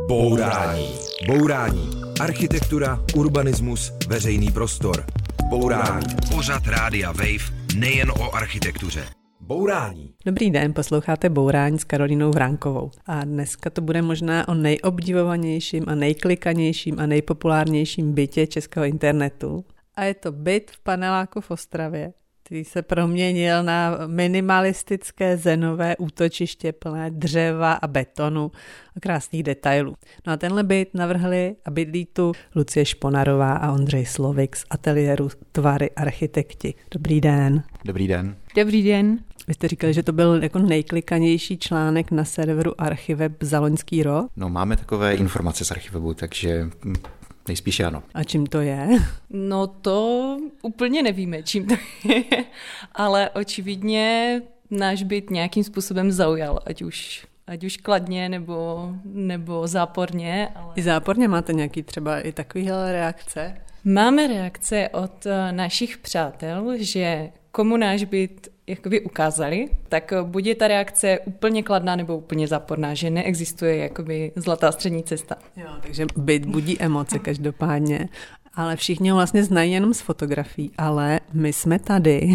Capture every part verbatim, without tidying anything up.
Bourání. Bourání. Architektura, urbanismus, veřejný prostor. Bourání. Pořad Rádia Wave nejen o architektuře. Bourání. Dobrý den, posloucháte Bourání s Karolínou Vránkovou. A dneska to bude možná o nejobdivovanějším a nejklikanějším a nejpopulárnějším bytě českého internetu. A je to byt v paneláku v Ostravě, který se proměnil na minimalistické zenové útočiště plné dřeva a betonu a krásných detailů. No a tenhle byt navrhli a bydlí tu Lucie Šponarová a Ondřej Slovik z ateliéru Tvary architekti. Dobrý den. Dobrý den. Dobrý den. Vy jste říkali, že to byl jako nejklikanější článek na serveru Archiveb za loňský rok? No, máme takové informace z Archivebu, takže nejspíš ano. A čím to je? No to úplně nevíme, čím to je, ale očividně náš byt nějakým způsobem zaujal, ať už, ať už kladně nebo, nebo záporně. Ale... I záporně máte nějaký třeba i takovýhle reakce? Máme reakce od našich přátel, že komu náš byt jakoby ukázali, tak buď je ta reakce úplně kladná nebo úplně záporná, že neexistuje jakoby zlatá střední cesta. Jo, takže byt budí emoce každopádně, ale všichni ho vlastně znají jenom z fotografií, ale my jsme tady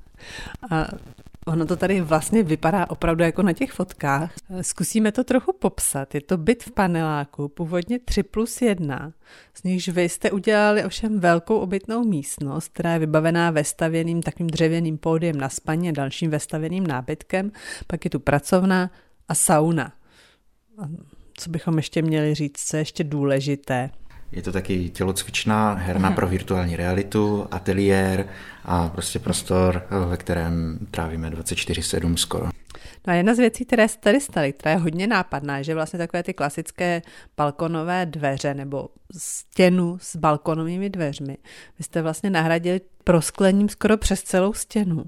a ono to tady vlastně vypadá opravdu jako na těch fotkách. Zkusíme to trochu popsat. Je to byt v paneláku, původně tři plus jedna. Z nichž vy jste udělali ovšem velkou obytnou místnost, která je vybavená vestavěným takovým dřevěným pódiem na spaní a dalším vestavěným nábytkem. Pak je tu pracovna a sauna. A co bychom ještě měli říct, co je ještě důležité? Je to taky tělocvičná, herna pro virtuální realitu, ateliér a prostě prostor, ve kterém trávíme dvacet čtyři sedm skoro. No a jedna z věcí, které se tady staly, která je hodně nápadná, je, že vlastně takové ty klasické balkonové dveře nebo stěnu s balkonovými dveřmi. Vy jste vlastně nahradili prosklením skoro přes celou stěnu.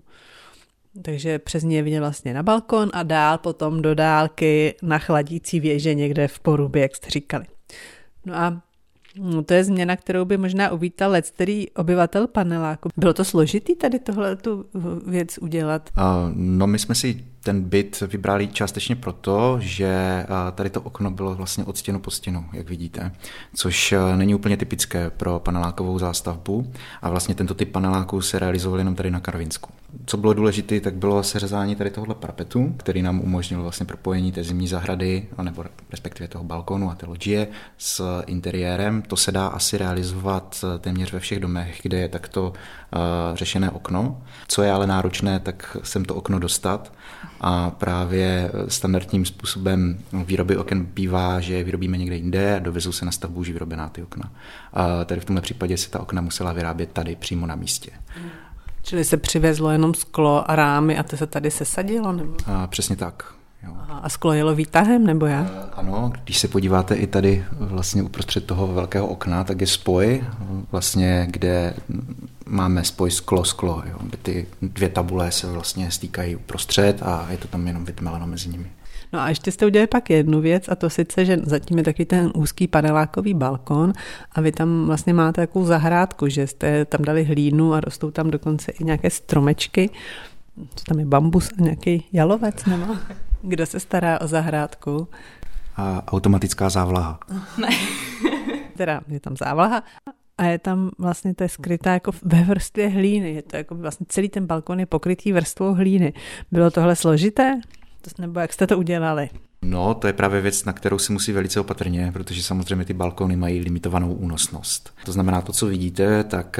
Takže přes ní je vidět vlastně na balkon a dál potom do dálky na chladící věže někde v Porubě, jak jste říkali. No a No to je změna, kterou by možná uvítal leckterý obyvatel paneláku. Bylo to složitý tady tohle tu věc udělat? Uh, no my jsme si ten byt vybrali částečně proto, že tady to okno bylo vlastně od stěnu po stěnu, jak vidíte, což není úplně typické pro panelákovou zástavbu a vlastně tento typ paneláků se realizoval jenom tady na Karvinsku. Co bylo důležité, tak bylo seřezání tady tohohle parapetu, který nám umožnil vlastně propojení té zimní zahrady, nebo respektive toho balkonu a té loďie s interiérem. To se dá asi realizovat téměř ve všech domech, kde je takto uh, řešené okno. Co je ale náročné, tak sem to okno dostat. A právě standardním způsobem výroby oken bývá, že je vyrobíme někde jinde a dovezou se na stavbu už vyrobená ty okna. A tady v tomhle případě se ta okna musela vyrábět tady přímo na místě. Čili se přivezlo jenom sklo a rámy a to se tady sesadilo? Nebo? A přesně tak. Jo. Aha, a sklo jelo výtahem, nebo jak? Ano, když se podíváte i tady vlastně uprostřed toho velkého okna, tak je spoj, vlastně, kde máme spoj sklo-sklo, jo, kde ty dvě tabule se vlastně stýkají uprostřed a je to tam jenom vytmeleno mezi nimi. No a ještě jste udělali pak jednu věc a to sice, že zatím je takový ten úzký panelákový balkon a vy tam vlastně máte takovou zahrádku, že jste tam dali hlínu a rostou tam dokonce i nějaké stromečky. Co tam je, bambus a nějaký jalovec, nebo? Kdo se stará o zahrádku? A automatická závlaha. Ne. Teda je tam závlaha a je tam vlastně to je skrytá jako ve vrstvě hlíny. Je to jako vlastně celý ten balkon je pokrytý vrstvou hlíny. Bylo tohle složité? Nebo jak jste to udělali? No, to je právě věc, na kterou se musí velice opatrně, protože samozřejmě ty balkony mají limitovanou únosnost. To znamená, to, co vidíte, tak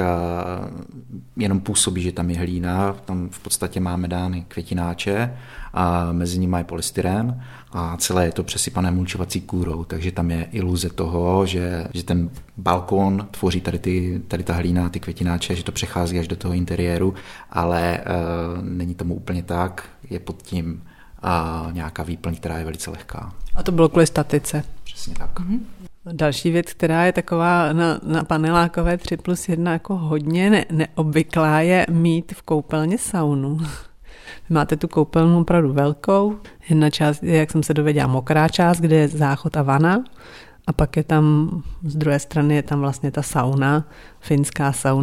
jenom působí, že tam je hlína, tam v podstatě máme dány květináče a mezi nimi je polystyren a celé je to přesypané mulčovací kůrou, takže tam je iluze toho, že, že ten balkon tvoří tady, ty, tady ta hlína, ty květináče, že to přechází až do toho interiéru, ale e, není tomu úplně tak, je pod tím a nějaká výplň, která je velice lehká. A to bylo kvůli statice. Přesně tak. Mm-hmm. Další věc, která je taková na, na panelákové tři plus jedna jako hodně ne, neobvyklá, je mít v koupelně saunu. Máte tu koupelnu opravdu velkou. Jedna část je, jak jsem se dověděla, mokrá část, kde je záchod a vana. A pak je tam, z druhé strany je tam vlastně ta sauna, finská sauna,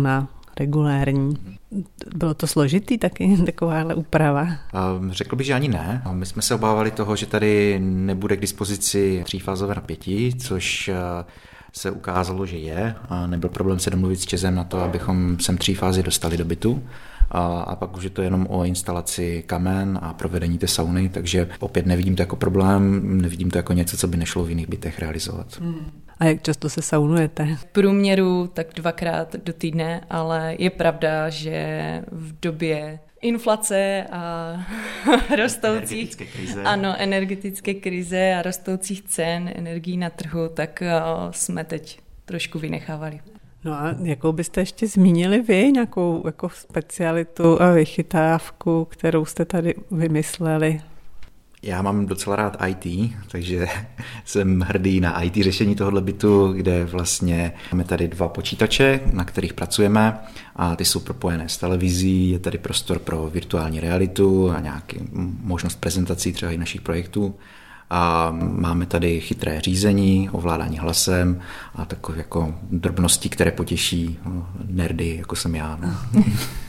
regulérní. Bylo to složitý taky, takováhle úprava? Řekl bych, že ani ne. My jsme se obávali toho, že tady nebude k dispozici třífázové napětí, což se ukázalo, že je. A nebyl problém se domluvit s ČEZem na to, abychom sem tří fázi dostali do bytu. A, a pak už je to jenom o instalaci kamen a provedení té sauny, takže opět nevidím to jako problém, nevidím to jako něco, co by nešlo v jiných bytech realizovat. Hmm. A jak často se saunujete? V průměru tak dvakrát do týdne, ale je pravda, že v době inflace a rostoucích energetické krize. Ano, energetické krize a rostoucích cen energií na trhu, tak jsme teď trošku vynechávali. No a jakou byste ještě zmínili vy, nějakou jako specialitu a vychytávku, kterou jste tady vymysleli? Já mám docela rád í té, takže jsem hrdý na í té řešení tohohle bytu, kde vlastně máme tady dva počítače, na kterých pracujeme a ty jsou propojené s televizí, je tady prostor pro virtuální realitu a nějaký možnost prezentací třeba i našich projektů. A máme tady chytré řízení, ovládání hlasem a takové jako drobnosti, které potěší nerdy, jako jsem já. No.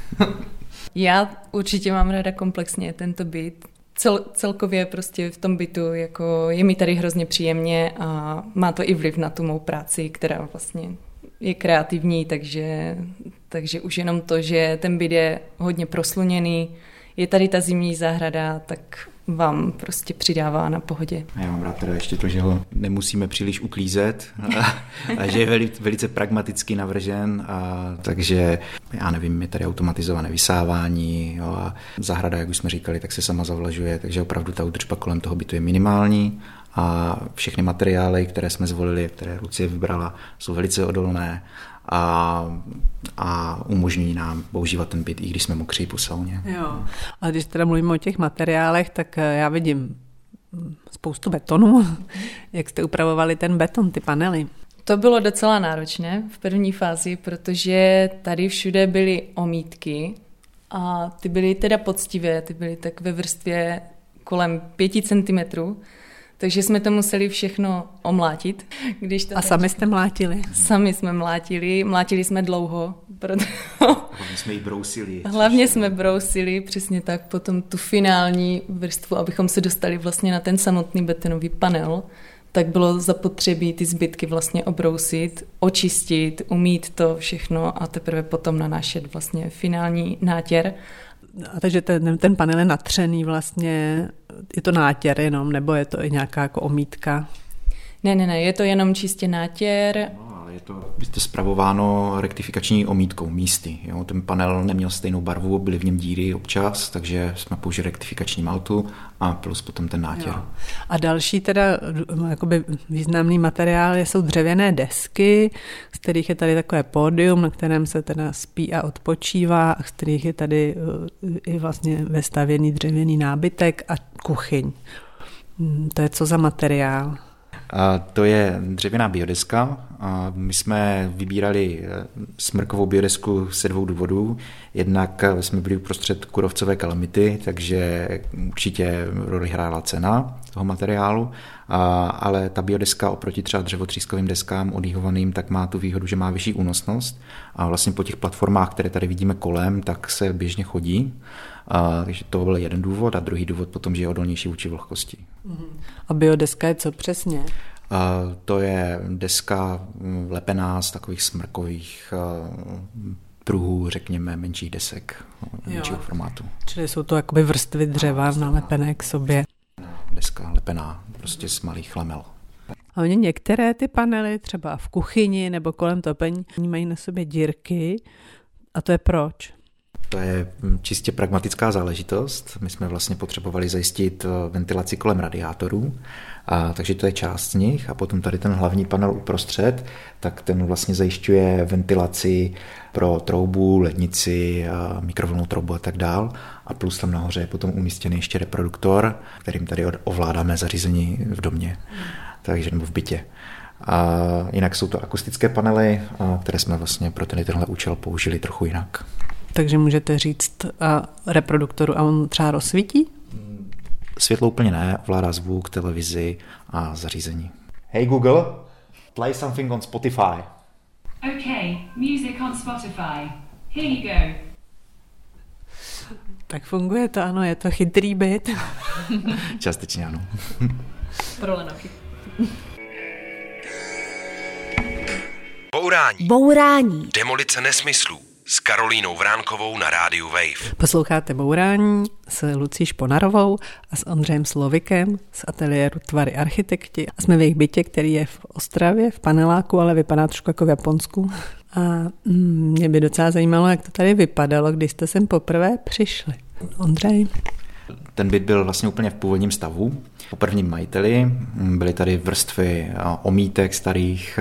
Já určitě mám ráda komplexně tento byt. Cel, celkově prostě v tom bytu jako je mi tady hrozně příjemně a má to i vliv na tu mou práci, která vlastně je kreativní, takže, takže už jenom to, že ten byt je hodně prosluněný, je tady ta zimní zahrada, tak vám prostě přidává na pohodě. Já mám rád teda ještě to, že ho nemusíme příliš uklízet a, a že je velice, velice pragmaticky navržen, a, takže já nevím, je tady automatizované vysávání, jo, a zahrada, jak už jsme říkali, tak se sama zavlažuje, takže opravdu ta údržba kolem toho bytu je minimální a všechny materiály, které jsme zvolili, které Lucie vybrala, jsou velice odolné a, a umožňují nám používat ten byt, i když jsme mokří po sauně. Jo. A když teda mluvíme o těch materiálech, tak já vidím spoustu betonu. Jak jste upravovali ten beton, ty panely? To bylo docela náročné v první fázi, protože tady všude byly omítky a ty byly teda poctivé, ty byly tak ve vrstvě kolem pěti centimetrů. Takže jsme to museli všechno omlátit. Když to a sami jste mlátili? Sami jsme mlátili, mlátili jsme dlouho. Proto... Hlavně jsme ji brousili. Hlavně jsme brousili, přesně tak, potom tu finální vrstvu, abychom se dostali vlastně na ten samotný betonový panel, tak bylo zapotřebí ty zbytky vlastně obrousit, očistit, umýt to všechno a teprve potom nanášet vlastně finální nátěr. A takže ten, ten panel je natřený vlastně, je to nátěr jenom, nebo je to i nějaká jako omítka? Ne, ne, ne, je to jenom čistě nátěr. No, ale je to, je to spravováno rektifikační omítkou místy. Jo? Ten panel neměl stejnou barvu, byly v něm díry občas, takže jsme použili rektifikační maltu a plus potom ten nátěr. Jo. A další teda jakoby významný materiál jsou dřevěné desky, z kterých je tady takové pódium, na kterém se teda spí a odpočívá, a z kterých je tady i vlastně vestavěný dřevěný nábytek a kuchyň. To je co za materiál? A to je dřevěná biodeska. A my jsme vybírali smrkovou biodesku se dvou důvodů. Jednak jsme byli uprostřed kůrovcové kalamity, takže určitě roli hrála cena toho materiálu, a, ale ta biodeska oproti třeba dřevotřískovým deskám odjíhovaným, tak má tu výhodu, že má vyšší únosnost a vlastně po těch platformách, které tady vidíme kolem, tak se běžně chodí. A, takže to byl jeden důvod a druhý důvod potom, že je odolnější vůči vlhkosti. A biodeska je co přesně? A to je deska lepená z takových smrkových pruhů, řekněme, menších desek, menšího formátu. Čili jsou to jakoby vrstvy dřeva nalepené k sobě. Deska lepená, prostě z malých lamel. A oni některé ty panely, třeba v kuchyni nebo kolem topení, mají na sobě dírky. A to je proč? To je čistě pragmatická záležitost. My jsme vlastně potřebovali zajistit ventilaci kolem radiátorů, a takže to je část z nich. A potom tady ten hlavní panel uprostřed, tak ten vlastně zajišťuje ventilaci pro troubu, lednici, mikrovlnnou troubu a tak dál. A plus tam nahoře je potom umístěný ještě reproduktor, kterým tady ovládáme zařízení v domě, takže nebo v bytě. A jinak jsou to akustické panely, které jsme vlastně pro ten, tenhle účel použili trochu jinak. Takže můžete říct a reproduktoru a on třeba rozsvítí? Světlo úplně ne, ovládá zvuk, televizi a zařízení. Hey Google, play something on Spotify. Okay, music on Spotify. Here you go. Tak funguje to, ano, je to chytrý byt. Částečně ano. Pro lenochy. Bourání. Bourání. Demolice nesmyslů s Karolínou Vránkovou na rádiu Wave. Posloucháte Bourání s Lucí Šponarovou a s Ondřejem Slovikem z ateliéru Tvary architekti. A jsme v jejich bytě, který je v Ostravě, v paneláku, ale vypadá trošku jako v Japonsku. A mm, mě by docela zajímalo, jak to tady vypadalo, když jste sem poprvé přišli. Ondřej? Ten byt byl vlastně úplně v původním stavu. Po prvním majiteli byly tady vrstvy omítek starých,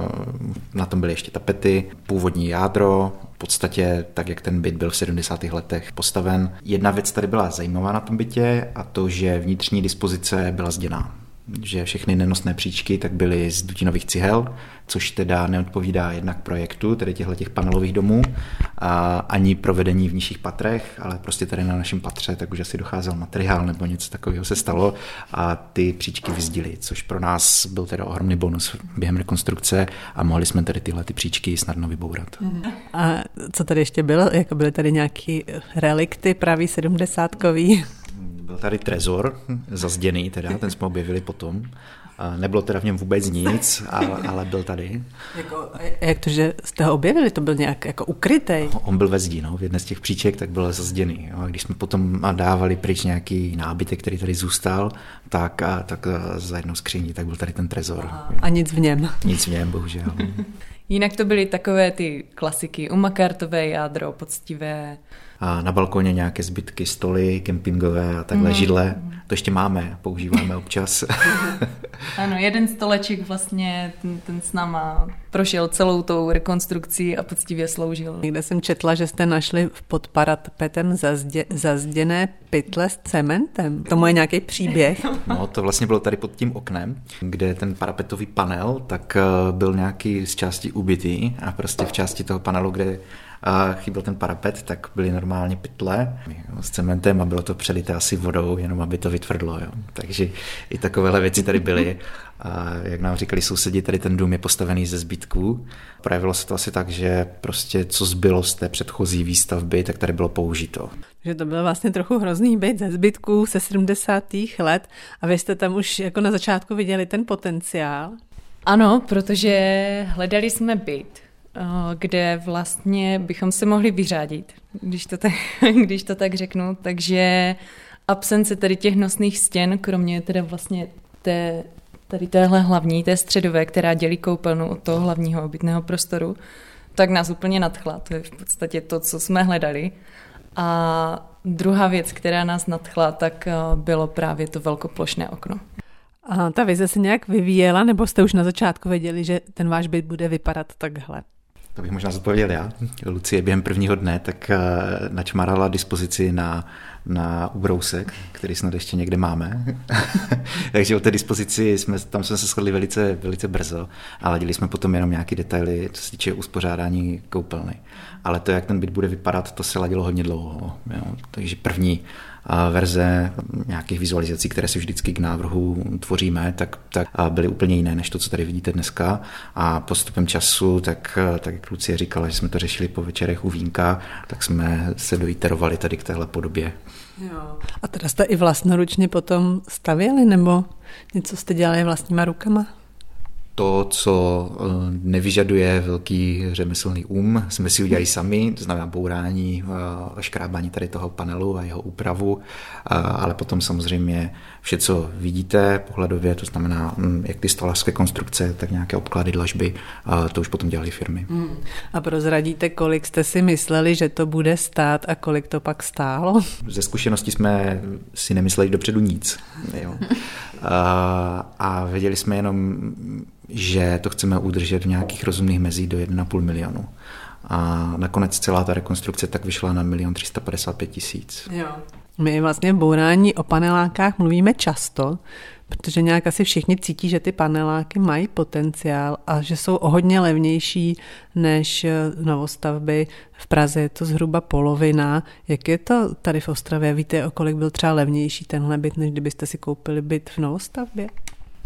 na tom byly ještě tapety, původní jádro, v podstatě tak, jak ten byt byl v sedmdesátých letech postaven. Jedna věc tady byla zajímavá na tom bytě a to, že vnitřní dispozice byla zděná. Že všechny nenosné příčky tak byly z dutinových cihel, což teda neodpovídá jednak projektu, tedy těchto panelových domů, a ani provedení v nižších patrech, ale prostě tady na našem patře tak už asi docházel materiál nebo něco takového se stalo a ty příčky vyzdily, což pro nás byl teda ohromný bonus během rekonstrukce a mohli jsme tady tyhle ty příčky snadno vybourat. A co tady ještě bylo? Jako byly tady nějaký relikty pravý sedmdesátkový? Byl tady trezor zazděný, teda, ten jsme objevili potom. Nebylo teda v něm vůbec nic, ale, ale byl tady. Jako, jak to, že jste ho objevili? To byl nějak jako ukrytej? On byl ve zdi, no, v jedné z těch příček, tak byl zazděný. Jo. Když jsme potom dávali pryč nějaký nábytek, který tady zůstal, tak, a, tak za jednou skříní, tak byl tady ten trezor. A, a nic v něm? Nic v něm, bohužel. Jinak to byly takové ty klasiky, umakartové jádro, poctivé. A na balkoně nějaké zbytky, stoly, kempingové a takhle mm. židle. To ještě máme, používáme občas. Ano, jeden stoleček vlastně, ten, ten s náma prošel celou tou rekonstrukcí a poctivě sloužil. Někde jsem četla, že jste našli pod parapetem zazdě, zazděné pytle s cementem. To je nějaký příběh? No, to vlastně bylo tady pod tím oknem, kde ten parapetový panel tak byl nějaký z části ubitý a prostě v části toho panelu, kde a chyběl ten parapet, tak byly normálně pytle s cementem a bylo to přelité asi vodou, jenom aby to vytvrdlo. Jo. Takže i takovéhle věci tady byly. A jak nám říkali sousedi, tady ten dům je postavený ze zbytků. Projevilo se to asi tak, že prostě co zbylo z té předchozí výstavby, tak tady bylo použito. Že to byl vlastně trochu hrozný byt ze zbytků se sedmdesátých let a vy jste tam už jako na začátku viděli ten potenciál. Ano, protože hledali jsme byt, kde vlastně bychom se mohli vyřádit, když to tak, když to tak řeknu. Takže absence tady těch nosných stěn, kromě teda vlastně té, tady téhle hlavní, té středové, která dělí koupelnu od toho hlavního obytného prostoru, tak nás úplně nadchla. To je v podstatě to, co jsme hledali. A druhá věc, která nás nadchla, tak bylo právě to velkoplošné okno. A ta vize se nějak vyvíjela, nebo jste už na začátku věděli, že ten váš byt bude vypadat takhle? To bych možná zodpověděl já. Lucie během prvního dne tak načmarala dispozici na, na ubrousek, který snad ještě někde máme. Takže o té dispozici jsme, tam jsme se shodli velice, velice brzo a ladili jsme potom jenom nějaké detaily, co se týče uspořádání koupelny. Ale to, jak ten byt bude vypadat, to se ladilo hodně dlouho. Jo. Takže první verze nějakých vizualizací, které si vždycky k návrhu tvoříme, tak, tak byly úplně jiné, než to, co tady vidíte dneska. A postupem času, tak, tak jak Lucie říkala, že jsme to řešili po večerech u vínka, tak jsme se doiterovali tady k téhle podobě. Jo. A teda jste i vlastnoručně potom stavěli, nebo něco jste dělali vlastníma rukama? To, co nevyžaduje velký řemeslný um, jsme si udělali sami, to znamená bourání, škrábání tady toho panelu a jeho úpravu, ale potom samozřejmě vše, co vidíte pohledově, to znamená jak ty stolářské konstrukce, tak nějaké obklady, dlažby, to už potom dělali firmy. Hmm. A prozradíte, kolik jste si mysleli, že to bude stát a kolik to pak stálo? Ze zkušenosti jsme si nemysleli dopředu nic. Jo. A věděli jsme jenom, že to chceme udržet v nějakých rozumných mezích do jedna celá pět milionu. A nakonec celá ta rekonstrukce tak vyšla na milion tři sta padesát pět tisíc. Jo. My vlastně v bourání o panelákách mluvíme často, protože nějak asi všichni cítí, že ty paneláky mají potenciál a že jsou o hodně levnější než novostavby. V Praze je to zhruba polovina. Jak je to tady v Ostravě? Víte, o kolik byl třeba levnější tenhle byt, než kdybyste si koupili byt v novostavbě?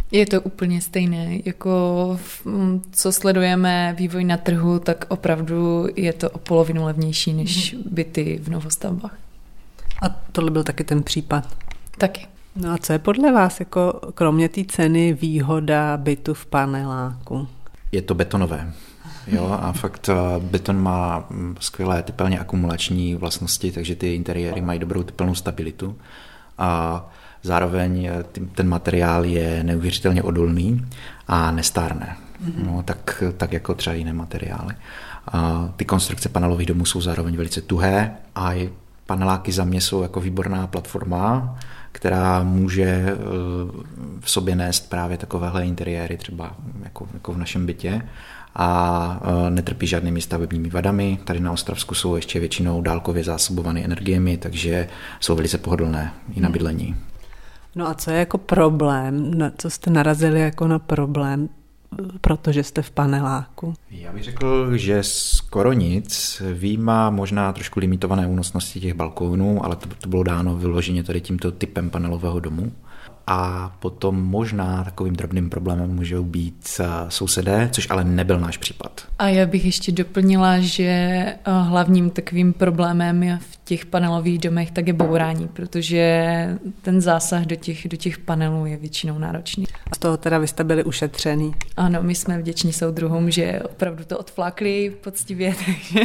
Je to úplně stejné, jako co sledujeme vývoj na trhu, tak opravdu je to o polovinu levnější než byty v novostavbách. A tohle byl taky ten případ? Taky. No a co je podle vás, jako kromě té ceny, výhoda bytu v paneláku? Je to betonové. Jo, a fakt beton má skvělé tepelně akumulační vlastnosti, takže ty interiéry mají dobrou tepelnou stabilitu a zároveň ten materiál je neuvěřitelně odolný a nestárne. No, tak, tak jako třeba jiné materiály. A ty konstrukce panelových domů jsou zároveň velice tuhé a i paneláky za mě jsou jako výborná platforma, která může v sobě nést právě takovéhle interiéry, třeba jako, jako v našem bytě, a netrpí žádnými stavebními vadami. Tady na Ostravsku jsou ještě většinou dálkově zásobované energiemi, takže jsou velice pohodlné i na bydlení. No a co je jako problém? Na co jste narazili jako na problém, protože jste v paneláku? Já bych řekl, že skoro nic. Výjima možná trošku limitované únosnosti těch balkónů, ale to, to bylo dáno vyloženě tady tímto typem panelového domu. A potom možná takovým drobným problémem můžou být sousedé, což ale nebyl náš případ. A já bych ještě doplnila, že hlavním takovým problémem v těch panelových domech tak je bourání, protože ten zásah do těch, do těch panelů je většinou náročný. A z toho teda vy jste byli ušetřený? Ano, my jsme vděční soudruhům, že opravdu to odflákli poctivě, takže,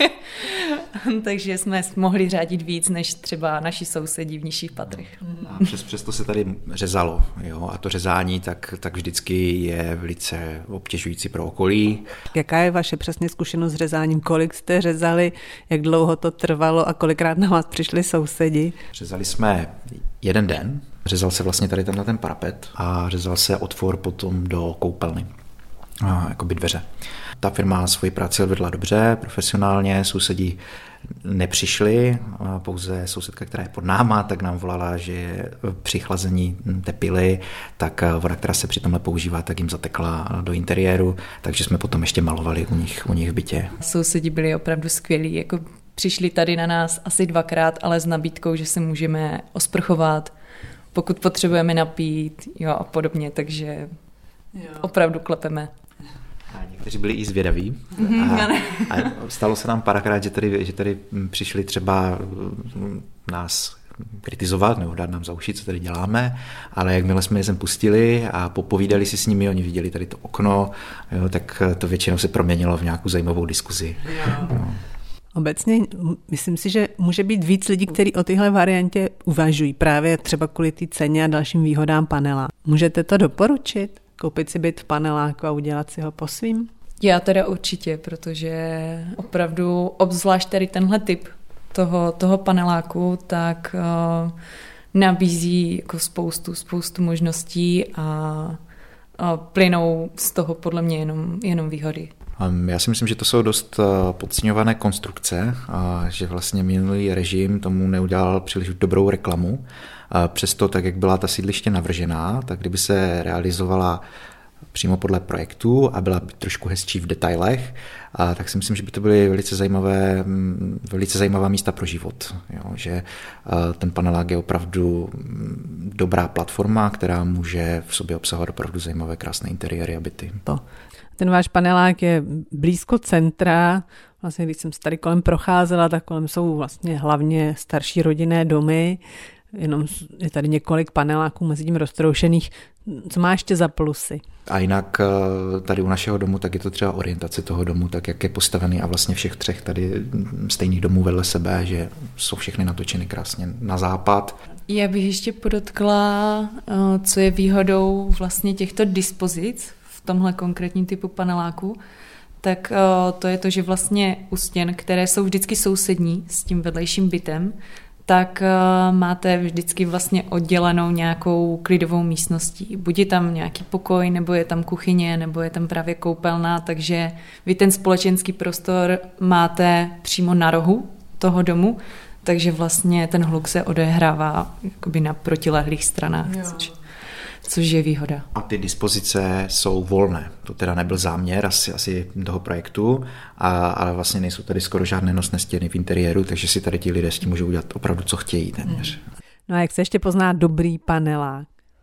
takže jsme mohli řádit víc než třeba naši sousedí v nižších patrech. A přes, přesto se tady řezalo, jo, a to řezání tak, tak vždycky je velice obtěžující pro okolí. Jaká je vaše přesně zkušenost s řezáním? Kolik jste řezali, jak dlouho to trvalo a kolikrát na vás přišli sousedi? Řezali jsme jeden den, řezal se vlastně tady tenhle ten parapet a řezal se otvor potom do koupelny, jakoby dveře. Ta firma svoji práci odvedla dobře, profesionálně, sousedi nepřišli, pouze sousedka, která je pod náma, tak nám volala, že při chlazení tepily, tak voda, která se při tomhle používá, tak jim zatekla do interiéru, takže jsme potom ještě malovali u nich, u nich v bytě. Sousedi byli opravdu skvělí, jako přišli tady na nás asi dvakrát, ale s nabídkou, že se můžeme osprchovat, pokud potřebujeme napít, jo, a podobně, takže jo. Opravdu klepeme. A někteří byli i zvědaví. A, a stalo se nám párkrát, že tady, že tady přišli třeba nás kritizovat nebo dát nám za uši, co tady děláme, ale jakmile jsme je sem pustili a popovídali si s nimi, oni viděli tady to okno, jo, tak to většinou se proměnilo v nějakou zajímavou diskuzi. No. Obecně myslím si, že může být víc lidí, kteří o téhle variantě uvažují, právě třeba kvůli té ceně a dalším výhodám panela. Můžete to doporučit? Koupit si byt v paneláku a udělat si ho po svým? Já teda určitě, protože opravdu obzvlášť tady tenhle typ toho, toho paneláku, tak uh, nabízí jako spoustu, spoustu možností a, a plynou z toho podle mě jenom, jenom výhody. Já si myslím, že to jsou dost podceňované konstrukce a že vlastně minulý režim tomu neudělal příliš dobrou reklamu. Přesto, tak jak byla ta sídliště navržená, tak kdyby se realizovala přímo podle projektu a byla by trošku hezčí v detailech, a tak si myslím, že by to byly velice zajímavé, velice zajímavá místa pro život. Jo, že ten panelák je opravdu dobrá platforma, která může v sobě obsahovat opravdu zajímavé, krásné interiéry a byty. To. Ten váš panelák je blízko centra. Vlastně, když jsem se tady kolem procházela, tak kolem jsou vlastně hlavně starší rodinné domy. Jenom je tady několik paneláků mezi tím roztroušených. Co má ještě za plusy? A jinak tady u našeho domu, tak je to třeba orientace toho domu, tak jak je postavený a vlastně všech třech tady stejných domů vedle sebe, že jsou všechny natočeny krásně na západ. Já bych ještě podotkla, co je výhodou vlastně těchto dispozic v tomhle konkrétním typu paneláku, tak to je to, že vlastně u stěn, které jsou vždycky sousední s tím vedlejším bytem, tak máte vždycky vlastně oddělenou nějakou klidovou místností. Buď je tam nějaký pokoj, nebo je tam kuchyně, nebo je tam právě koupelna, takže vy ten společenský prostor máte přímo na rohu toho domu, takže vlastně ten hluk se odehrává jakoby na protilehlých stranách, což, což je výhoda. A ty dispozice jsou volné. To teda nebyl záměr asi, asi toho projektu, a, ale vlastně nejsou tady skoro žádné nosné stěny v interiéru, takže si tady ti lidé s tím můžou udělat opravdu, co chtějí téměř. No a jak se ještě pozná dobrý panelák?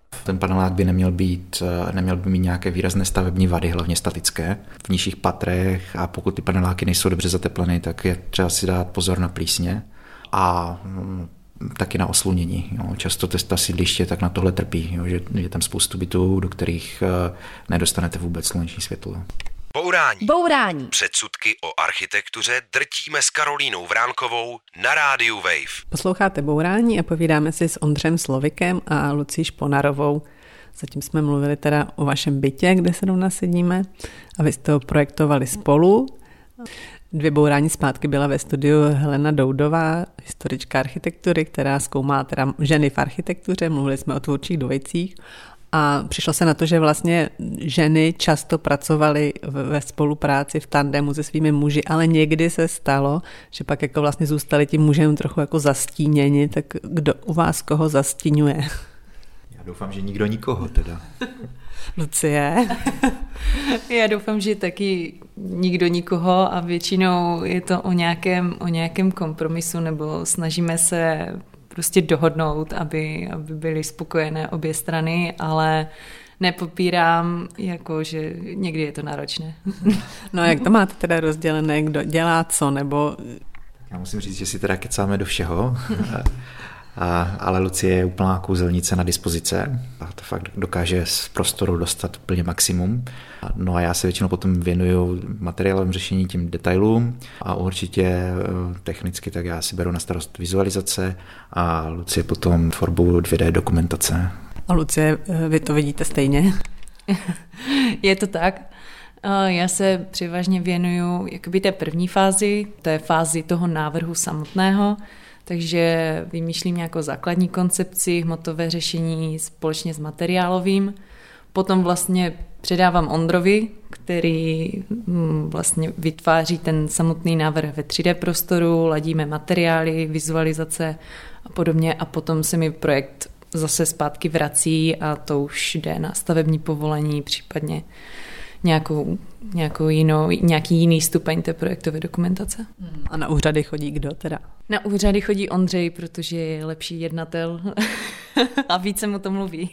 Ten panelák by neměl být, neměl by mít nějaké výrazné stavební vady, hlavně statické. V nižších patrech a pokud ty paneláky nejsou dobře zatepleny, tak je třeba si dát pozor na plísně a taky na oslunění. Jo. Často ta sídliště tak na tohle trpí, jo, že je tam spoustu bytů, do kterých nedostanete vůbec sluneční světlo. Bourání. Bourání. Předsudky o architektuře drtíme s Karolínou Vránkovou na rádiu Wave. Posloucháte Bourání a povídáme si s Ondřejem Slovikem a Lucí Šponarovou. Zatím jsme mluvili teda o vašem bytě, kde se rovna sedíme a vy jste ho projektovali spolu. Dvě bourání zpátky byla ve studiu Helena Doudová, historička architektury, která zkoumá teda ženy v architektuře, mluvili jsme o tvůrčích dvojicích. A přišlo se na to, že vlastně ženy často pracovaly ve spolupráci v tandemu se svými muži, ale někdy se stalo, že pak jako vlastně zůstali tím mužem trochu jako zastíněni, tak kdo u vás koho zastíňuje? Já doufám, že nikdo nikoho teda. Lucie? Já doufám, že taky nikdo nikoho a většinou je to o nějakém, o nějakém kompromisu nebo snažíme se prostě dohodnout, aby, aby byly spokojené obě strany, ale nepopírám, jako, že někdy je to náročné. No jak to máte teda rozdělené, kdo dělá co, nebo... Já musím říct, že si teda kecáme do všeho, a, ale Lucie je úplná kouzelnice na dispozice a to fakt dokáže z prostoru dostat úplně maximum. No a já se většinou potom věnuju materiálovým řešení tím detailům a určitě technicky tak já si beru na starost vizualizace a Lucie potom tvorbu dvě dé dokumentace. A Lucie, vy to vidíte stejně? Je to tak. Já se převážně věnuju jakoby té první fázi, té fázi toho návrhu samotného, takže vymýšlím nějakou základní koncepci, hmotové řešení společně s materiálovým. Potom vlastně předávám Ondrovi, který vlastně vytváří ten samotný návrh ve tři dé prostoru, ladíme materiály, vizualizace a podobně a potom se mi projekt zase zpátky vrací a to už jde na stavební povolení, případně nějakou, nějakou jinou, nějaký jiný stupeň té projektové dokumentace. A na úřady chodí kdo teda? Na úřady chodí Ondřej, protože je lepší jednatel a více mu to mluví.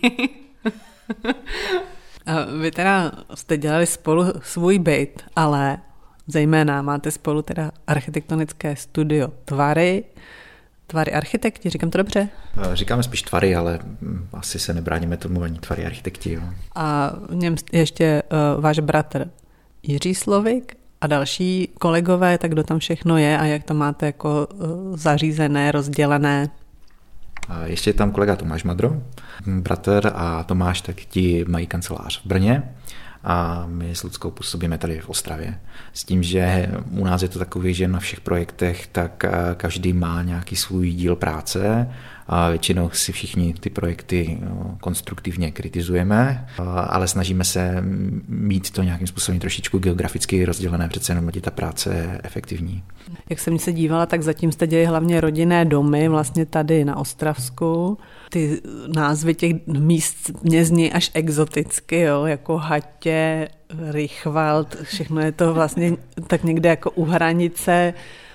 A vy teda jste dělali spolu svůj byt, ale zejména máte spolu teda architektonické studio Tvary, Tvary architekti, říkám to dobře? Říkáme spíš Tvary, ale asi se nebráníme tomu ani Tvary architekti. Jo. A v něm ještě uh, váš bratr Jiří Slovik a další kolegové, tak kdo tam všechno je a jak to máte jako uh, zařízené, rozdělené? A ještě je tam kolega Tomáš Madro, bratr a Tomáš, tak ti mají kancelář v Brně a my s Luckou působíme tady v Ostravě. S tím, že u nás je to takový, že na všech projektech tak každý má nějaký svůj díl práce a většinou si všichni ty projekty konstruktivně kritizujeme, ale snažíme se mít to nějakým způsobem trošičku geograficky rozdělené, přece jenom je ta práce efektivní. Jak jsem se dívala, tak zatím jste dělali hlavně rodinné domy, vlastně tady na Ostravsku. Ty názvy těch míst mě zní až exoticky, jo, jako Hatě, Rychvald, všechno je to vlastně tak někde jako u hranice.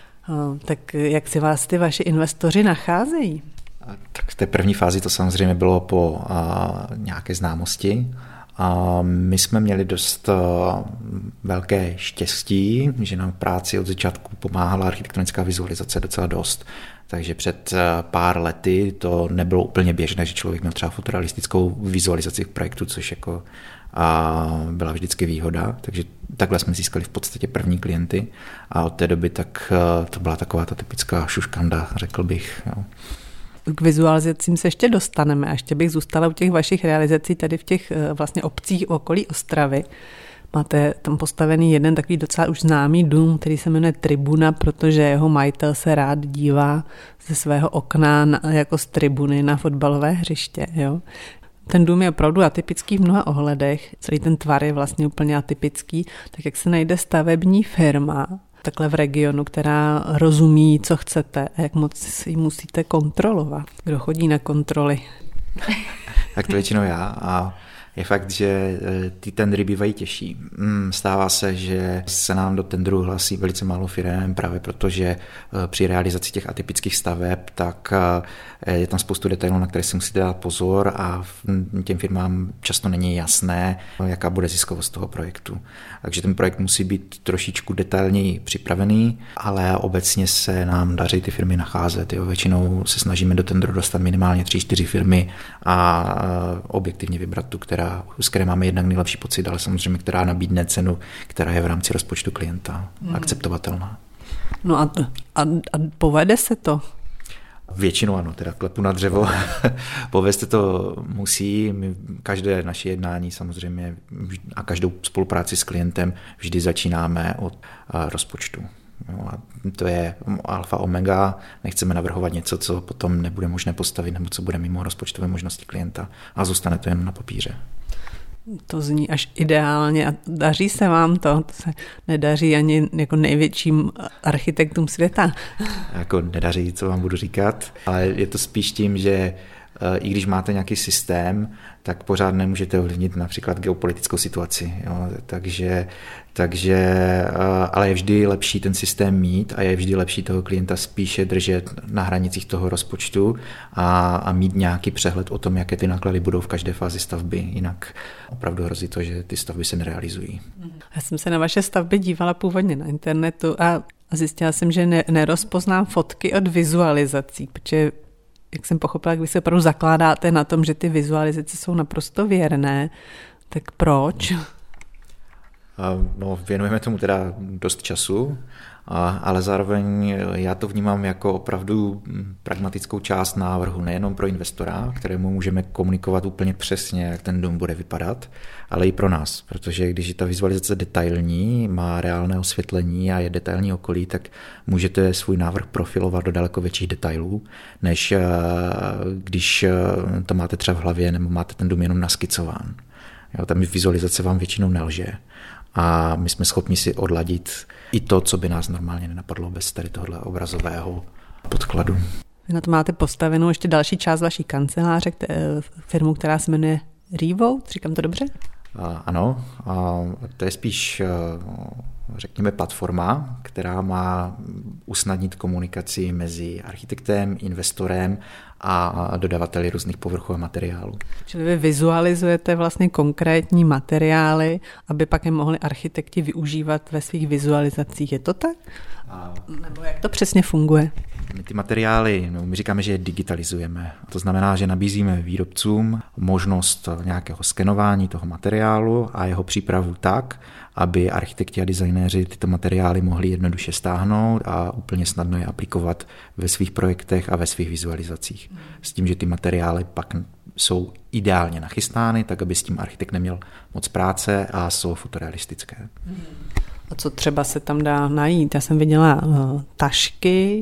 Tak jak si vás ty vaši investoři nacházejí? Tak v té první fázi to samozřejmě bylo po a, nějaké známosti. A my jsme měli dost a, velké štěstí, že nám práci od začátku pomáhala architektonická vizualizace docela dost. Takže před pár lety to nebylo úplně běžné, že člověk měl třeba fotorealistickou vizualizaci projektu, což jako a byla vždycky výhoda. Takže takhle jsme získali v podstatě první klienty a od té doby tak to byla taková ta typická šuškanda, řekl bych. Jo. K vizualizacím se ještě dostaneme a ještě bych zůstala u těch vašich realizací tady v těch vlastně obcích okolí Ostravy. Máte tam postavený jeden takový docela už známý dům, který se jmenuje Tribuna, protože jeho majitel se rád dívá ze svého okna na, jako z tribuny na fotbalové hřiště. Jo? Ten dům je opravdu atypický v mnoha ohledech, celý ten tvar je vlastně úplně atypický, tak jak se najde stavební firma takhle v regionu, která rozumí, co chcete a jak moc ji musíte kontrolovat. Kdo chodí na kontroly? Tak to většinou já a Je fakt, že ty tendry bývají těžší. Stává se, že se nám do tendru hlasí velice málo firem, právě protože při realizaci těch atypických staveb, tak je tam spoustu detailů, na které si musíte dát pozor a těm firmám často není jasné, jaká bude ziskovost toho projektu. Takže ten projekt musí být trošičku detailněji připravený, ale obecně se nám daří ty firmy nacházet. Jo. Většinou se snažíme do tendru dostat minimálně tři, čtyři firmy a objektivně vybrat tu, která, z které máme jednak nejlepší pocit, ale samozřejmě, která nabídne cenu, která je v rámci rozpočtu klienta hmm. akceptovatelná. No a, a, a povede se to? Většinou ano, teda klepu na dřevo. Povést to musí. My každé naše jednání samozřejmě a každou spolupráci s klientem vždy začínáme od rozpočtu. No a to je alfa omega, nechceme navrhovat něco, co potom nebude možné postavit nebo co bude mimo rozpočtové možnosti klienta a zůstane to jen na papíře. To zní až ideálně a daří se vám to? To se nedaří ani jako největším architektům světa. Jako nedaří, co vám budu říkat, ale je to spíš tím, že i když máte nějaký systém, tak pořád nemůžete ovlivnit například geopolitickou situaci. Jo. Takže, takže, ale je vždy lepší ten systém mít a je vždy lepší toho klienta spíše držet na hranicích toho rozpočtu a, a mít nějaký přehled o tom, jaké ty náklady budou v každé fázi stavby. Jinak opravdu hrozí to, že ty stavby se nerealizují. Já jsem se na vaše stavby dívala původně na internetu a zjistila jsem, že ne, nerozpoznám fotky od vizualizací, protože jak jsem pochopila, když se opravdu zakládáte na tom, že ty vizualizace jsou naprosto věrné, tak proč? No, věnujeme tomu teda dost času, ale zároveň já to vnímám jako opravdu pragmatickou část návrhu, nejenom pro investora, kterému můžeme komunikovat úplně přesně, jak ten dům bude vypadat, ale i pro nás, protože když je ta vizualizace detailní, má reálné osvětlení a je detailní okolí, tak můžete svůj návrh profilovat do daleko větších detailů, než když to máte třeba v hlavě nebo máte ten dům jenom naskicován. Jo, tam vizualizace vám většinou nelže. A my jsme schopni si odladit i to, co by nás normálně nenapadlo bez tady tohohle obrazového podkladu. Vy na to máte postavenou ještě další část vaší kanceláře, firmu, která se jmenuje Revote, říkám to dobře? A, ano, a to je spíš, řekněme, platforma, která má usnadnit komunikaci mezi architektem, investorem a dodavateli různých povrchů a materiálů. Čili vy vizualizujete vlastně konkrétní materiály, aby pak je mohli architekti využívat ve svých vizualizacích. Je to tak? A... Nebo jak to přesně funguje? My ty materiály, no, my říkáme, že je digitalizujeme. To znamená, že nabízíme výrobcům možnost nějakého skenování toho materiálu a jeho přípravu tak, aby architekti a designéři tyto materiály mohli jednoduše stáhnout a úplně snadno je aplikovat ve svých projektech a ve svých vizualizacích. S tím, že ty materiály pak jsou ideálně nachystány, tak aby s tím architekt neměl moc práce a jsou fotorealistické. A co třeba se tam dá najít? Já jsem viděla uh, tašky,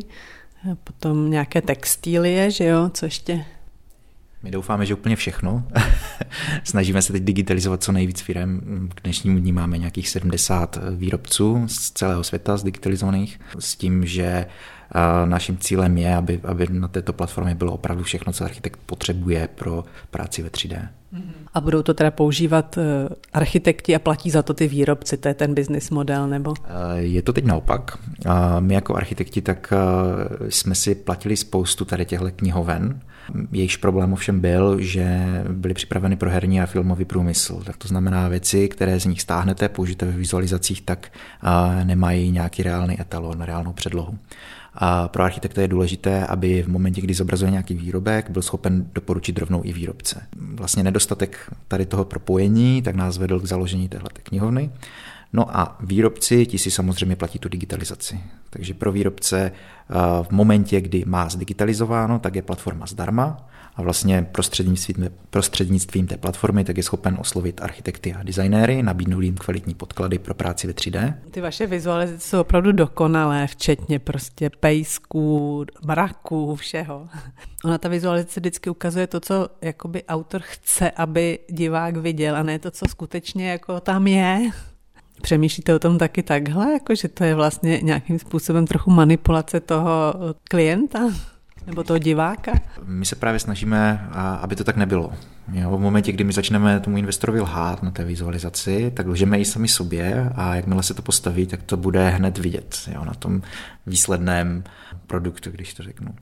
potom nějaké textílie, že jo, co ještě? My doufáme, že úplně všechno. Snažíme se teď digitalizovat co nejvíc firem. K dnešnímu dní máme nějakých sedmdesát výrobců z celého světa zdigitalizovaných s tím, že naším cílem je, aby, aby na této platformě bylo opravdu všechno, co architekt potřebuje pro práci ve tři dé. A budou to teda používat architekti a platí za to ty výrobci, to je ten business model, nebo? Je to teď naopak. My jako architekti tak jsme si platili spoustu tady těchto knihoven. Jejichž problém ovšem byl, že byly připraveny pro herní a filmový průmysl. Tak to znamená věci, které z nich stáhnete, použijete ve vizualizacích, tak nemají nějaký reálný etalon, reálnou předlohu. A pro architekta je důležité, aby v momentě, kdy zobrazuje nějaký výrobek, byl schopen doporučit rovnou i výrobce. Vlastně nedostatek tady toho propojení tak nás vedl k založení téhleté knihovny. No a výrobci, ti si samozřejmě platí tu digitalizaci. Takže pro výrobce v momentě, kdy má zdigitalizováno, tak je platforma zdarma a vlastně prostřednictvím, prostřednictvím té platformy tak je schopen oslovit architekty a designéry, nabídnout jim kvalitní podklady pro práci ve tři dé. Ty vaše vizualizace jsou opravdu dokonalé, včetně prostě pejsků, mraků, všeho. Ona ta vizualizace vždycky ukazuje to, co jakoby autor chce, aby divák viděl, a ne to, co skutečně jako tam je. Přemýšlíte o tom taky takhle, jako že to je vlastně nějakým způsobem trochu manipulace toho klienta? Nebo toho diváka? My se právě snažíme, aby to tak nebylo. Jo, v momentě, kdy my začneme tomu investorovi lhát na té vizualizaci, tak lžeme i sami sobě a jakmile se to postaví, tak to bude hned vidět, jo, na tom výsledném produktu, když to řeknu.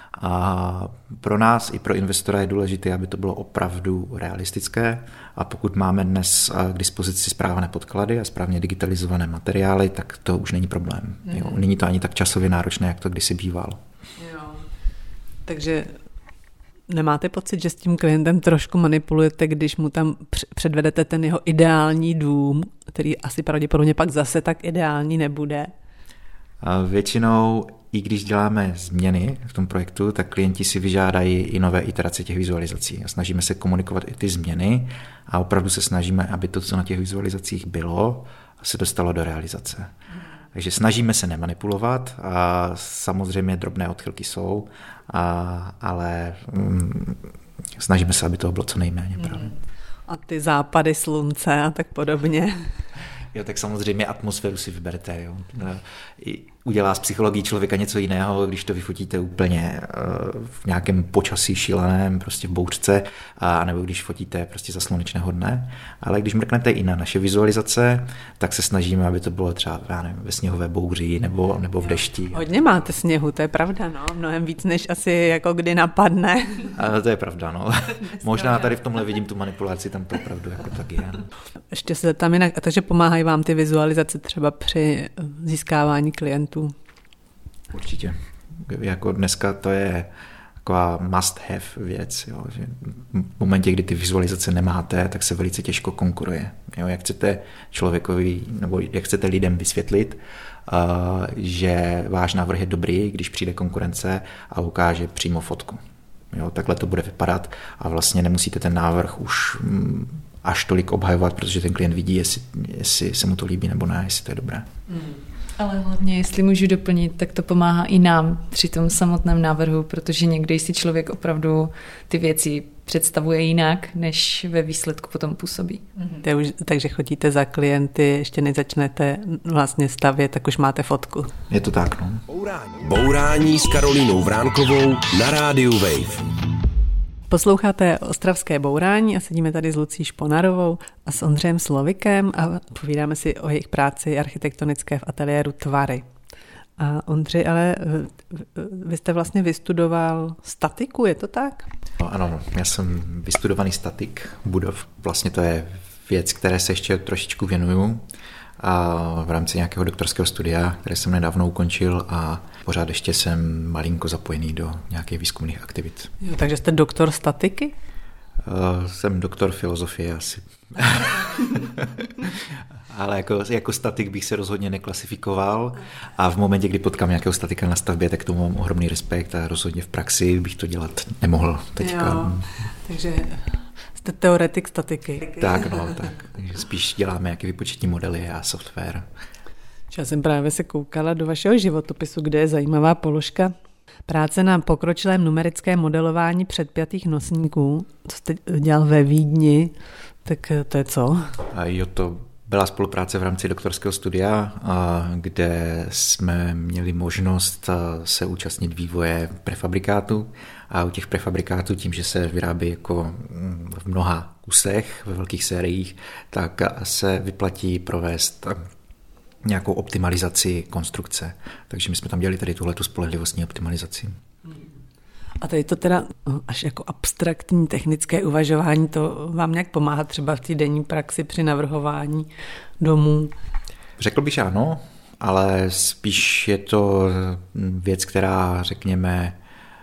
A pro nás i pro investora je důležité, aby to bylo opravdu realistické a pokud máme dnes k dispozici správné podklady a správně digitalizované materiály, tak to už není problém. Jo. Není to ani tak časově náročné, jak to kdysi bývalo. Jo. Takže nemáte pocit, že s tím klientem trošku manipulujete, když mu tam předvedete ten jeho ideální dům, který asi pravděpodobně pak zase tak ideální nebude? A většinou, i když děláme změny v tom projektu, tak klienti si vyžádají i nové iterace těch vizualizací. A snažíme se komunikovat i ty změny a opravdu se snažíme, aby to, co na těch vizualizacích bylo, se dostalo do realizace. Takže snažíme se nemanipulovat a samozřejmě drobné odchylky jsou, a, ale mm, snažíme se, aby toho bylo co nejméně. Mm. A ty západy slunce a tak podobně. Jo, tak samozřejmě atmosféru si vyberete. Jo. Udělá z psychologie člověka něco jiného, když to vyfotíte úplně v nějakém počasí šíleném, prostě v bouřce, a nebo když fotíte prostě za slunečného dne. Ale když mrknete i na naše vizualizace, tak se snažíme, aby to bylo třeba, já nevím, ve sněhové bouři nebo, nebo v dešti. Hodně máte sněhu, to je pravda, no. Mnohem víc, než asi jako kdy napadne. A to je pravda, no. Možná tady v tomhle vidím tu manipulaci, tam to opravdu jako tak je. Ještě se tam jinak, takže pomáhají vám ty vizualizace třeba při získávání klientů? Určitě. Jako dneska to je taková must have věc, jo, že v momentě, kdy ty vizualizace nemáte, tak se velice těžko konkuruje. Jo, jak chcete člověkovi, nebo jak chcete lidem vysvětlit, uh, že váš návrh je dobrý, když přijde konkurence a ukáže přímo fotku. Jo, takhle to bude vypadat a vlastně nemusíte ten návrh už mm, až tolik obhajovat, protože ten klient vidí, jestli, jestli se mu to líbí nebo ne, jestli to je dobré. Mm. Ale hlavně, jestli můžu doplnit, tak to pomáhá i nám při tom samotném návrhu, protože někdy si člověk opravdu ty věci představuje jinak, než ve výsledku potom působí. Mm-hmm. Už, takže chodíte za klienty, ještě než začnete vlastně stavět, tak už máte fotku. Je to tak, no. Bourání, Bourání s Karolínou Vránkovou na rádiu Wave. Posloucháte Ostravské bourání a sedíme tady s Lucí Šponarovou a s Ondřejem Slovikem a povídáme si o jejich práci architektonické v ateliéru Tvary. A Ondřej, ale vy jste vlastně vystudoval statiku, je to tak? No, ano, já jsem vystudovaný statik budov. Vlastně to je věc, které se ještě trošičku věnuju a v rámci nějakého doktorského studia, které jsem nedávno ukončil a pořád ještě jsem malinko zapojený do nějakých výzkumných aktivit. Jo, takže jste doktor statiky? Uh, jsem doktor filozofie asi. Ale jako, jako statik bych se rozhodně neklasifikoval a v momentě, kdy potkám nějakého statika na stavbě, tak tomu mám ohromný respekt a rozhodně v praxi bych to dělat nemohl teďka. Jo, takže jste teoretik statiky. Tak, no, tak. Takže spíš děláme nějaké výpočetní modely a software. Já jsem právě se koukala do vašeho životopisu, kde je zajímavá položka. Práce na pokročilém numerickém modelování předpjatých nosníků, co jste dělal ve Vídni, tak to je co? A jo, to byla spolupráce v rámci doktorského studia, kde jsme měli možnost se účastnit vývoje prefabrikátů a u těch prefabrikátů tím, že se vyrábí jako v mnoha kusech, ve velkých sériích, tak se vyplatí provést nějakou optimalizaci konstrukce. Takže my jsme tam dělali tady tuhletu spolehlivostní optimalizaci. A tady to teda až jako abstraktní technické uvažování, to vám nějak pomáhá třeba v té denní praxi při navrhování domů? Řekl bych ano, ale spíš je to věc, která, řekněme,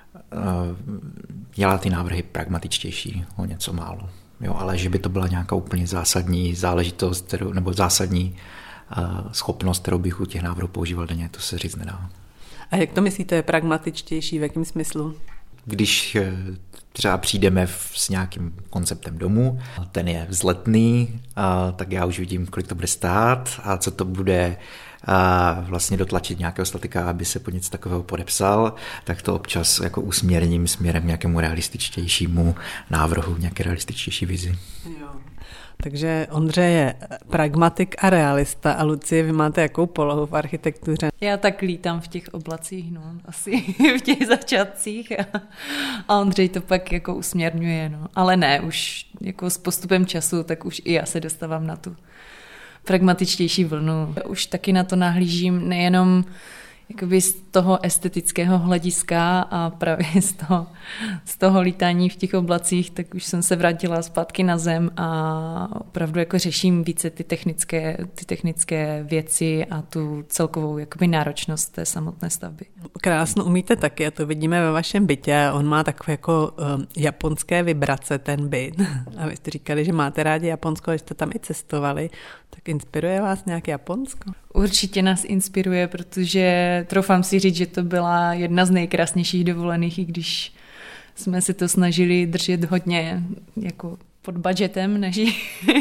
dělá ty návrhy pragmatičtější o něco málo. Jo, ale že by to byla nějaká úplně zásadní záležitost, kterou, nebo zásadní schopnost, kterou bych u těch návrhů používal denně, to se říct nedá. A jak to myslíte, pragmatičtější, v jakém smyslu? Když třeba přijdeme s nějakým konceptem domu, ten je vzletný, tak já už vidím, kolik to bude stát a co to bude vlastně dotlačit nějakého statika, aby se pod něco takového podepsal, tak to občas jako usměrním směrem k nějakému realističtějšímu návrhu, nějaké realističtější vizi. Jo. Takže Ondřej je pragmatik a realista a Lucie, vy máte jakou polohu v architektuře? Já tak lítám v těch oblacích, no, asi v těch začátcích a, a Ondřej to pak jako usměrňuje, no. Ale ne, už jako s postupem času, tak už i já se dostávám na tu pragmatičtější vlnu. Už taky na to nahlížím nejenom jakoby z toho estetického hlediska a právě z toho, z toho lítání v těch oblacích, tak už jsem se vrátila zpátky na zem a opravdu jako řeším více ty technické, ty technické věci a tu celkovou jakoby náročnost té samotné stavby. Krásno umíte taky, a to vidíme ve vašem bytě. On má takové jako um, japonské vibrace, ten byt. A vy jste říkali, že máte rádi Japonsko, že jste tam i cestovali. Tak inspiruje vás nějak Japonsko? Určitě nás inspiruje, protože troufám si říct, že to byla jedna z nejkrásnějších dovolených, i když jsme se to snažili držet hodně jako pod budgetem naši,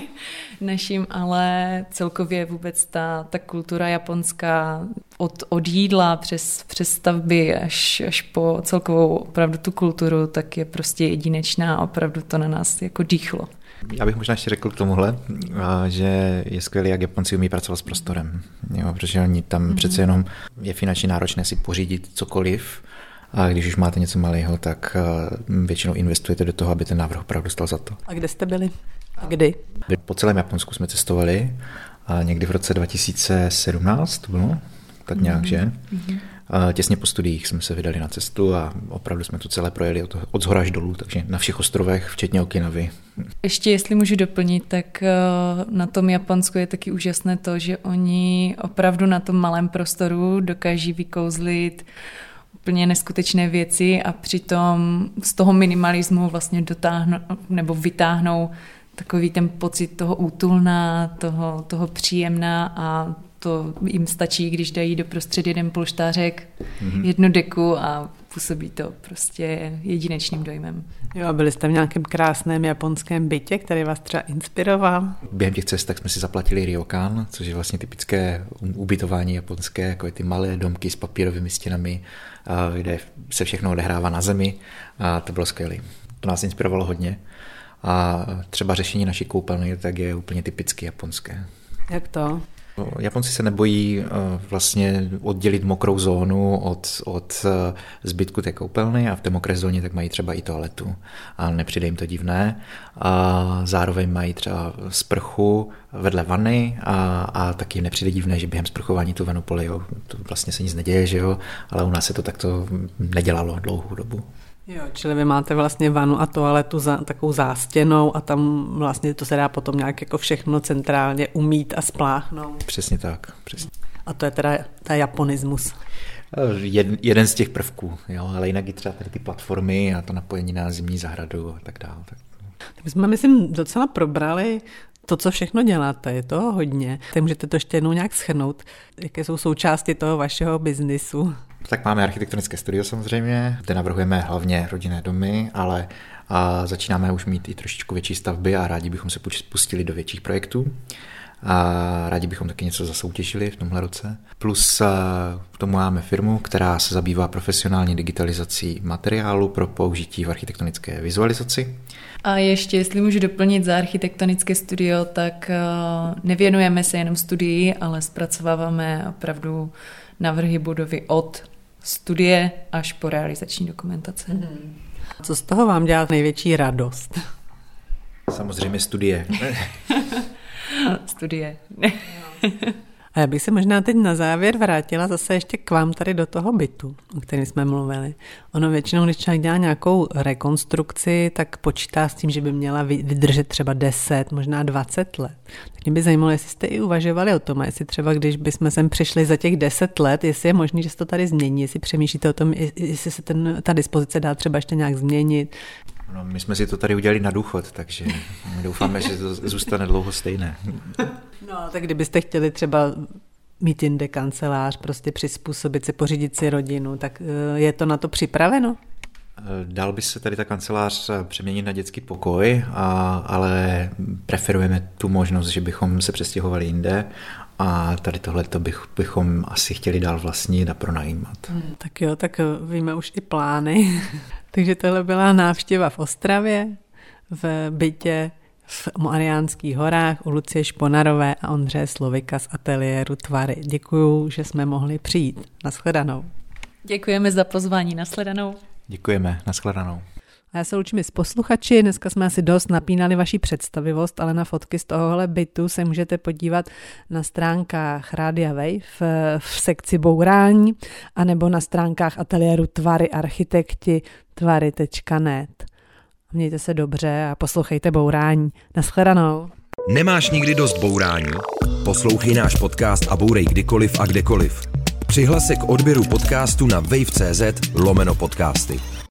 naším, ale celkově vůbec ta, ta kultura japonská od, od jídla přes, přes stavby až, až po celkovou opravdu tu kulturu, tak je prostě jedinečná, opravdu to na nás jako dýchlo. Já bych možná ještě řekl k tomuhle, že je skvělé, jak Japonci umí pracovat s prostorem, jo, protože oni tam mm-hmm. přece jenom je finančně náročné si pořídit cokoliv a když už máte něco malého, tak většinou investujete do toho, aby ten návrh opravdu stal za to. A kde jste byli? A kdy? Po celém Japonsku jsme cestovali a někdy v roce dva tisíce sedmnáct bylo, tak nějak, mm-hmm. že? Mm-hmm. Těsně po studiích jsme se vydali na cestu a opravdu jsme to celé projeli od, od zhora až dolů, takže na všech ostrovech, včetně Okinavy. Ještě jestli můžu doplnit, tak na tom Japonsku je taky úžasné to, že oni opravdu na tom malém prostoru dokáží vykouzlit úplně neskutečné věci a přitom z toho minimalismu vlastně dotáhnou nebo vytáhnou takový ten pocit toho útulná, toho, toho příjemná a to jim stačí, když dají doprostřed jeden polštářek, mm-hmm. jednu deku a působí to prostě jedinečným dojmem. Jo, a byli jste v nějakém krásném japonském bytě, který vás třeba inspiroval? Během těch cest tak jsme si zaplatili ryokan, což je vlastně typické ubytování japonské, jako ty malé domky s papírovými stěnami, kde se všechno odehrává na zemi a to bylo skvělé. To nás inspirovalo hodně a třeba řešení naší koupelny tak je úplně typicky japonské. Jak to? Japonci se nebojí vlastně oddělit mokrou zónu od, od zbytku té koupelny a v té mokré zóně tak mají třeba i toaletu a nepřijde jim to divné. A zároveň mají třeba sprchu vedle vany a, a taky nepřijde divné, že během sprchování tu vanu polejou. To vlastně se nic neděje, že jo? Ale u nás se to takto nedělalo dlouhou dobu. Jo, čili vy máte vlastně vanu a toaletu za takovou zástěnou a tam vlastně to se dá potom nějak jako všechno centrálně umýt a spláchnout. Přesně tak, přesně. A to je teda ta japonismus. Jeden, jeden z těch prvků, jo, ale jinak i třeba tady ty platformy a to napojení na zimní zahradu a tak dále. Tak. tak my jsme, myslím, docela probrali to, co všechno děláte, je toho hodně. Tak můžete to ještě jednou nějak shrnout, jaké jsou součásti toho vašeho biznisu. Tak máme architektonické studio samozřejmě, kde navrhujeme hlavně rodinné domy, ale a začínáme už mít i trošičku větší stavby a rádi bychom se pustili do větších projektů. A rádi bychom taky něco zasoutěžili v tomhle roce. Plus k tomu máme firmu, která se zabývá profesionální digitalizací materiálu pro použití v architektonické vizualizaci. A ještě, jestli můžu doplnit za architektonické studio, tak nevěnujeme se jenom studii, ale zpracováváme opravdu návrhy budovy od studie až po realizační dokumentace. Hmm. Co z toho vám dělá největší radost? Samozřejmě studie. Studie. A já bych se možná teď na závěr vrátila zase ještě k vám tady do toho bytu, o kterém jsme mluvili. Ono většinou, když člověk dělá nějakou rekonstrukci, tak počítá s tím, že by měla vydržet třeba deset, možná dvacet let. Tak mě by zajímalo, jestli jste i uvažovali o tom, jestli třeba když bychom sem přišli za těch deset let, jestli je možné, že se to tady změní, jestli přemýšlíte o tom, jestli se ten, ta dispozice dá třeba ještě nějak změnit. No, my jsme si to tady udělali na důchod, takže my doufáme, že to zůstane dlouho stejné. No, tak kdybyste chtěli třeba mít jinde kancelář, prostě přizpůsobit si, pořídit si rodinu, tak je to na to připraveno? Dal by se tady ta kancelář přeměnit na dětský pokoj, a, ale preferujeme tu možnost, že bychom se přestěhovali jinde a tady tohleto bych, bychom asi chtěli dál vlastnit a pronajímat. Hmm, tak jo, tak víme už i plány. Takže tohle byla návštěva v Ostravě, v bytě v Mariánských horách u Lucie Šponarové a Ondřeje Slovika z ateliéru Tvary. Děkuju, že jsme mohli přijít. Nashledanou. Děkujeme za pozvání. Nashledanou. Děkujeme. Nashledanou. A já se loučím s posluchači, dneska jsme asi dost napínali vaši představivost, ale na fotky z tohohle bytu se můžete podívat na stránkách Rádia Wave v sekci bourání, anebo na stránkách ateliéru Tvary architekti tvary tečka net. Mějte se dobře a poslouchejte bourání. Nashledanou. Nemáš nikdy dost bourání? Poslouchej náš podcast a bourej kdykoliv a kdekoliv. Přihlas se k odběru podcastu na wave tečka cz lomeno podcasty.